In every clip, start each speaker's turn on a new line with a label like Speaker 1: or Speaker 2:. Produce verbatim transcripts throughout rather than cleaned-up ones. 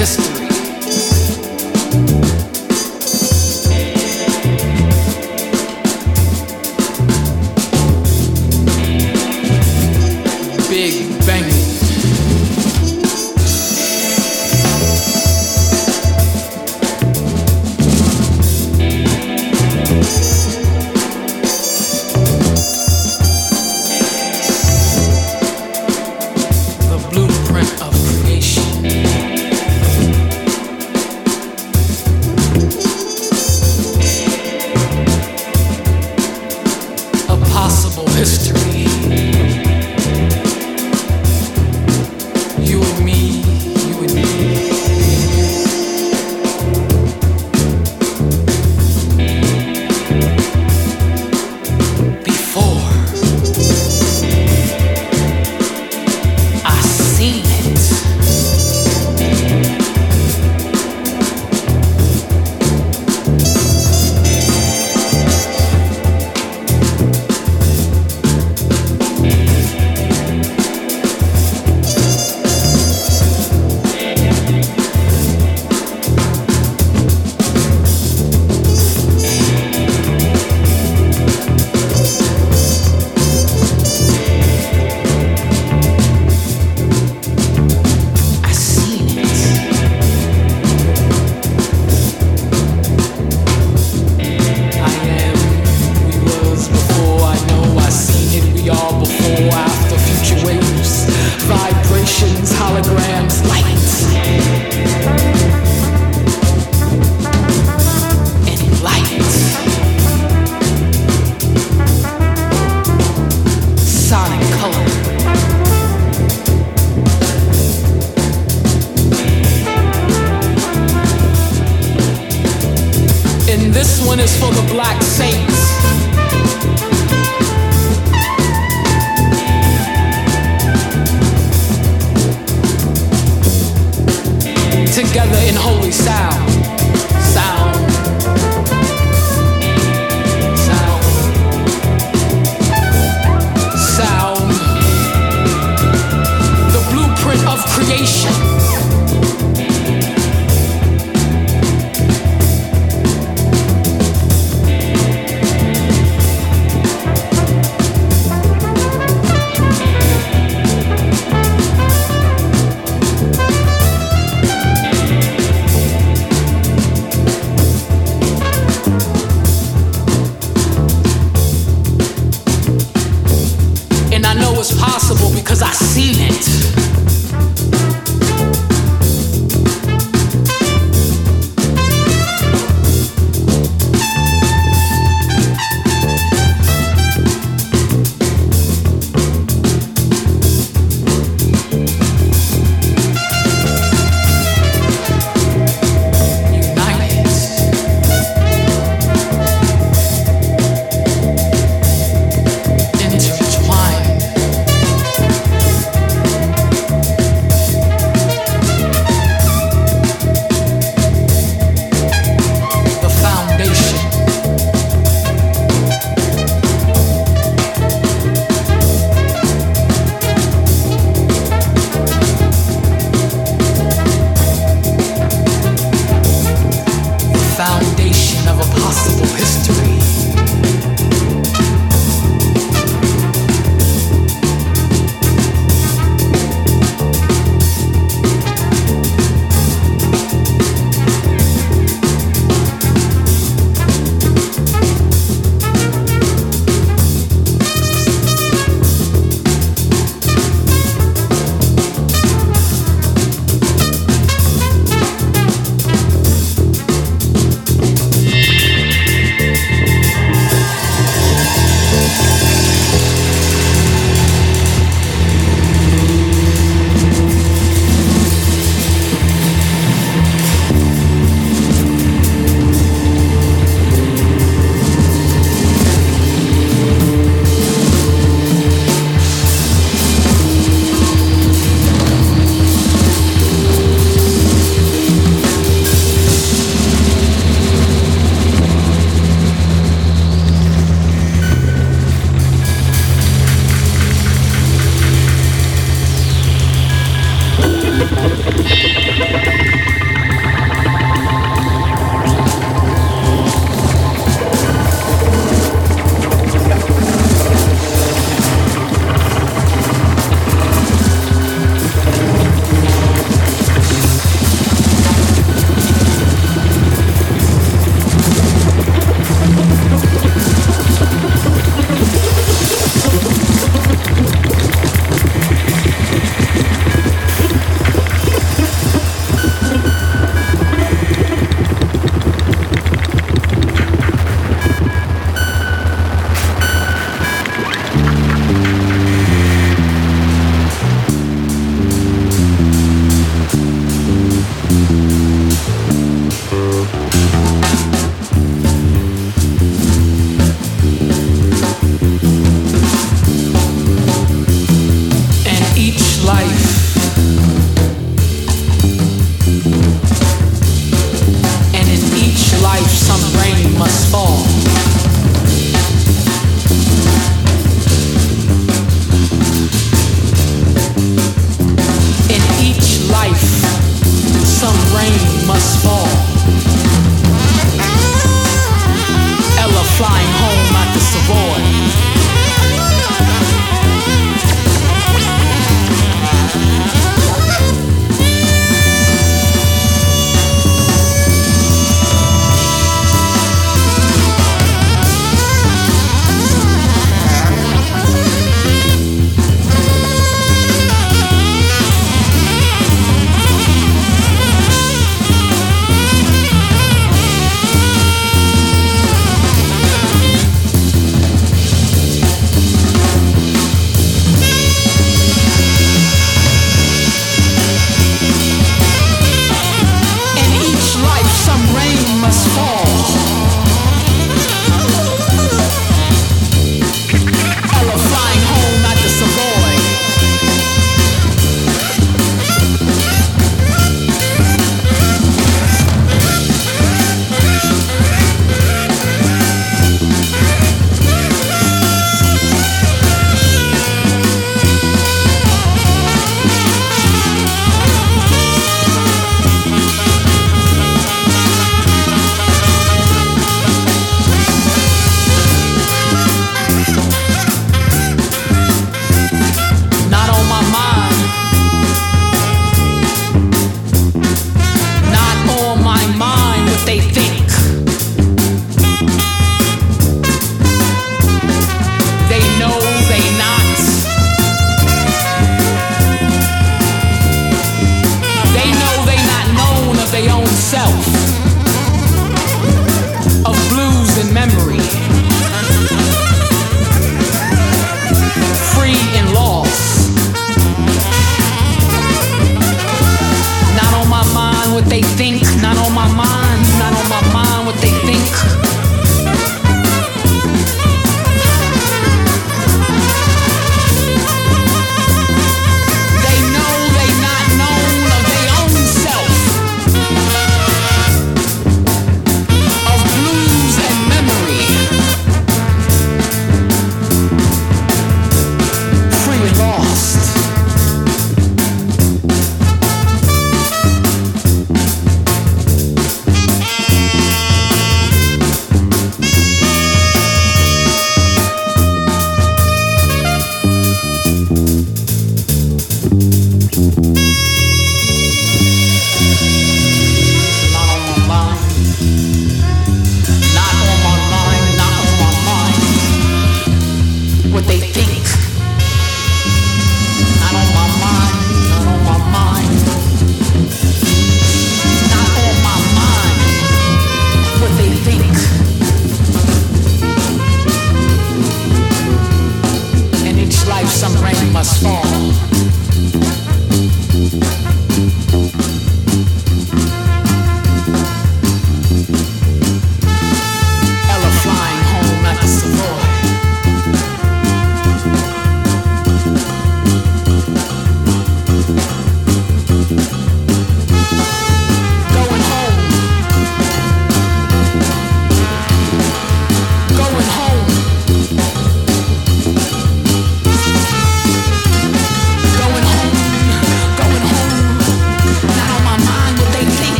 Speaker 1: history. Big bang. This one is for the black saints. Together in holy sound. Sound. Sound. Sound. The blueprint of creation. It's possible because I seen it.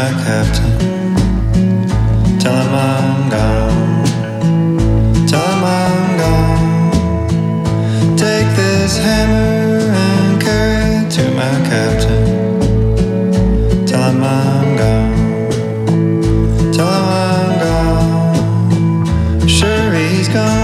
Speaker 2: my captain. Tell him I'm gone. Tell him I'm gone. Take this hammer and carry it to my captain. Tell him I'm gone. Tell him I'm gone. Sure he's gone.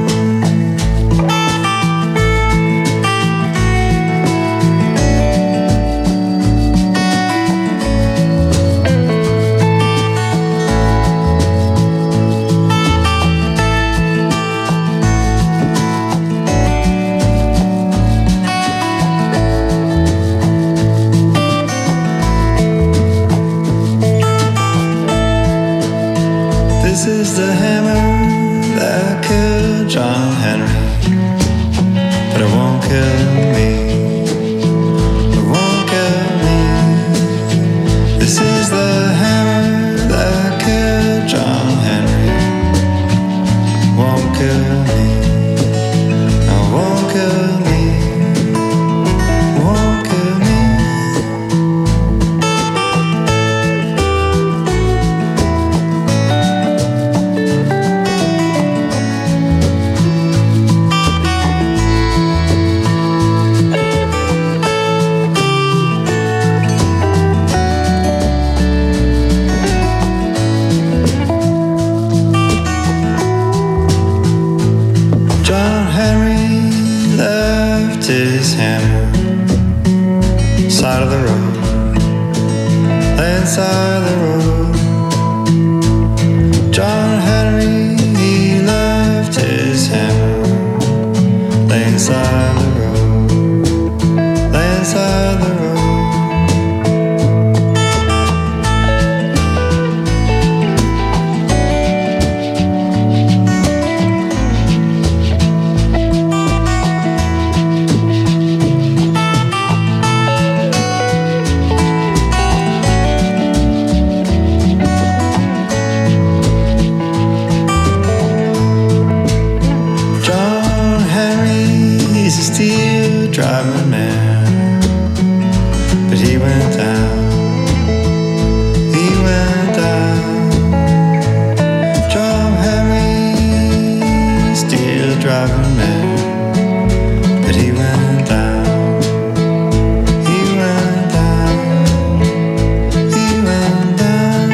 Speaker 2: This is the hammer that killed John Henry, but it won't kill me. It won't kill me. This is the hammer that killed John Henry. Won't kill me. No, won't kill me. Won't kill me. His hammer, side of the road, laying side of the road. John Henry, he left his hammer, laying side of the road, laying side of the road. Driving man, but he went down, he went down. John Henry, still driving man, but he went down, he went down, he went down.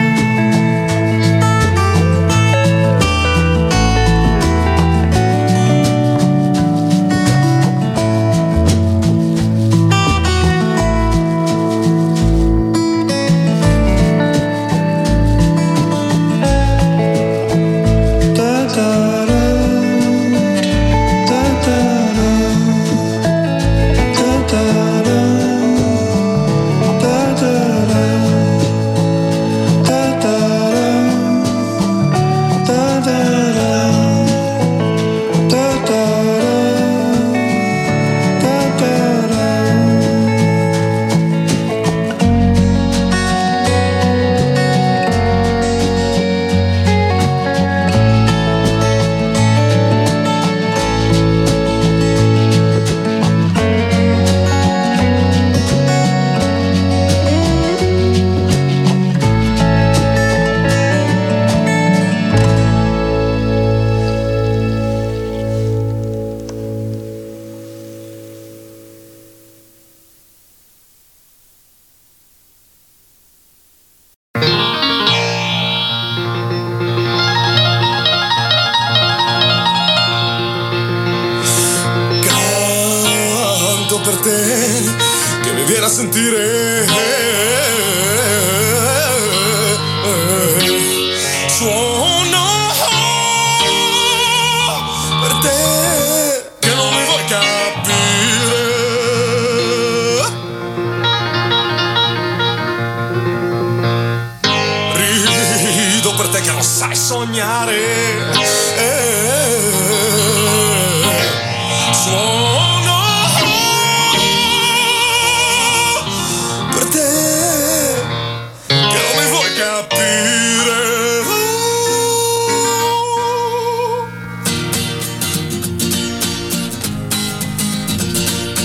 Speaker 3: Per te che mi viene a sentire, suono per te che non mi vuoi capire, rido per te che non sai sognare, suono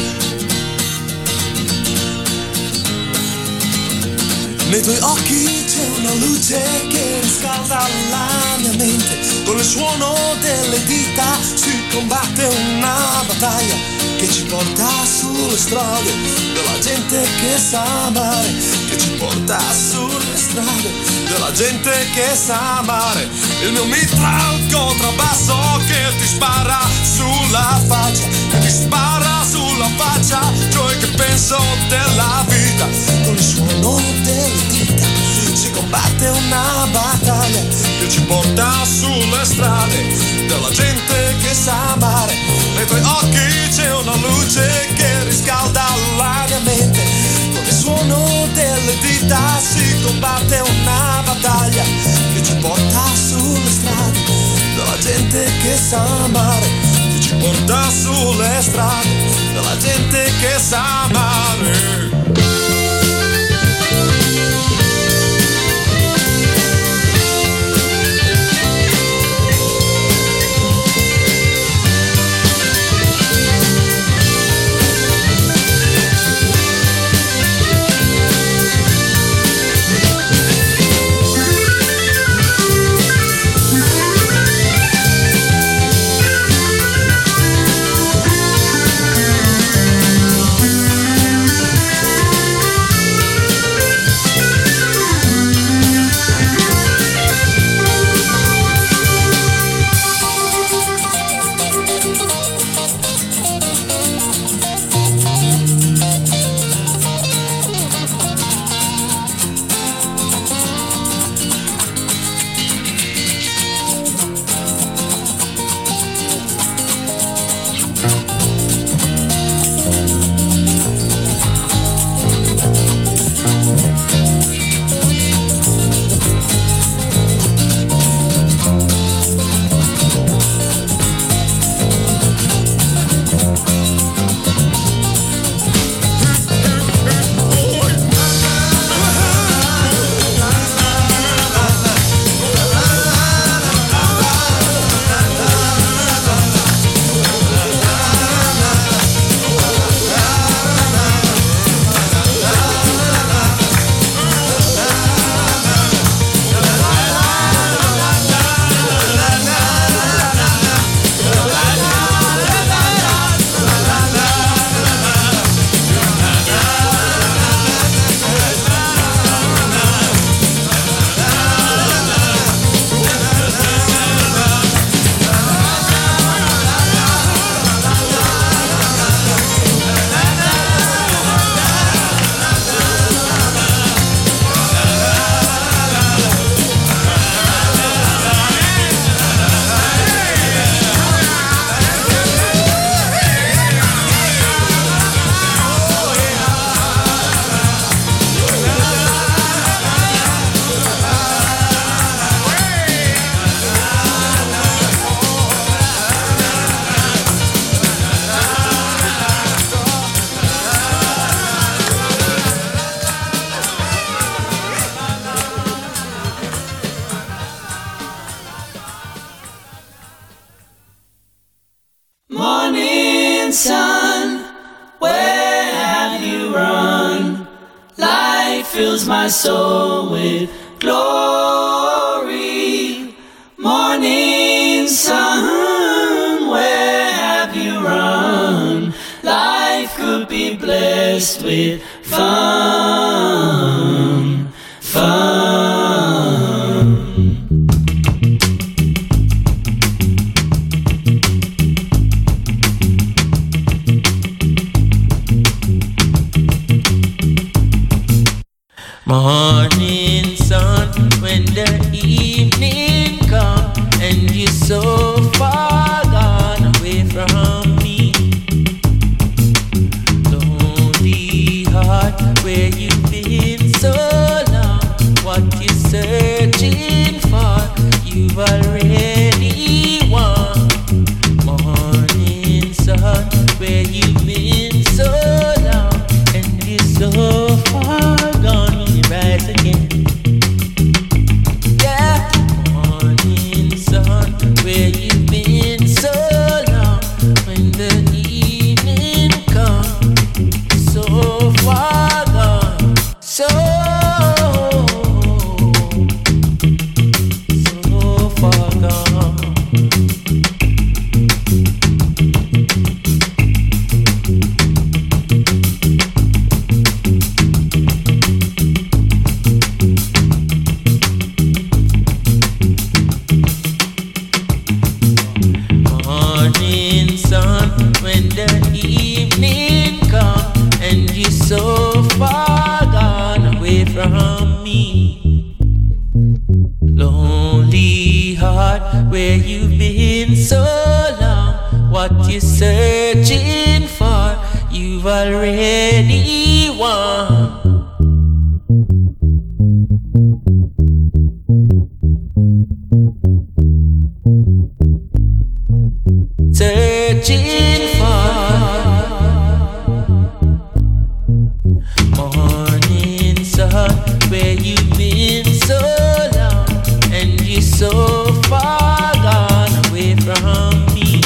Speaker 3: nei tuoi occhi
Speaker 4: luce che riscalda la mia mente, con il suono delle dita si combatte una battaglia che ci porta sulle strade della gente che sa amare, che ci porta sulle strade della gente che sa amare. Il mio mitra al contrabbasso che ti spara sulla faccia, che ti spara sulla faccia ciò che penso della vita. Con il suono delle dita si combatte una battaglia che ci porta sulle strade della gente che sa amare. Nei tuoi occhi c'è una luce che riscalda la mia mente, con il suono delle dita si combatte una battaglia che ci porta sulle strade della gente che sa amare, che ci porta sulle strade della gente che sa amare.
Speaker 5: My soul with glory. Morning sun, where have you run? Life could be blessed with fun, fun.
Speaker 6: Morning sun, when the evening comes and you're so far gone away from me, lonely heart, where where you've been so long. What you're searching for, you've already won. Searching for morning sun, where you've been so long, and you're so far gone away from me.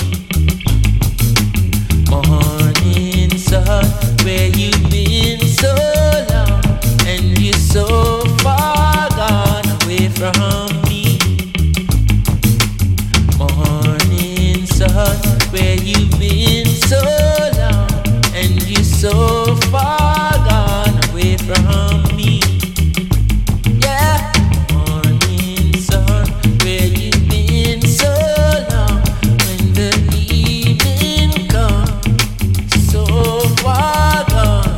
Speaker 6: Morning sun, where you've been so long, and you're so far gone away from me. Morning sun, where you've been so long, and you're so far gone away from me. Yeah, morning sun, where you've been so long, when the evening comes, so far gone,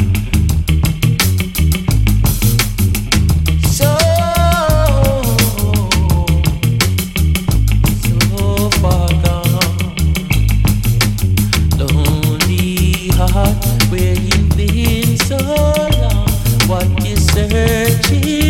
Speaker 6: so so far gone. Lonely heart, where you've been so long, what you're searching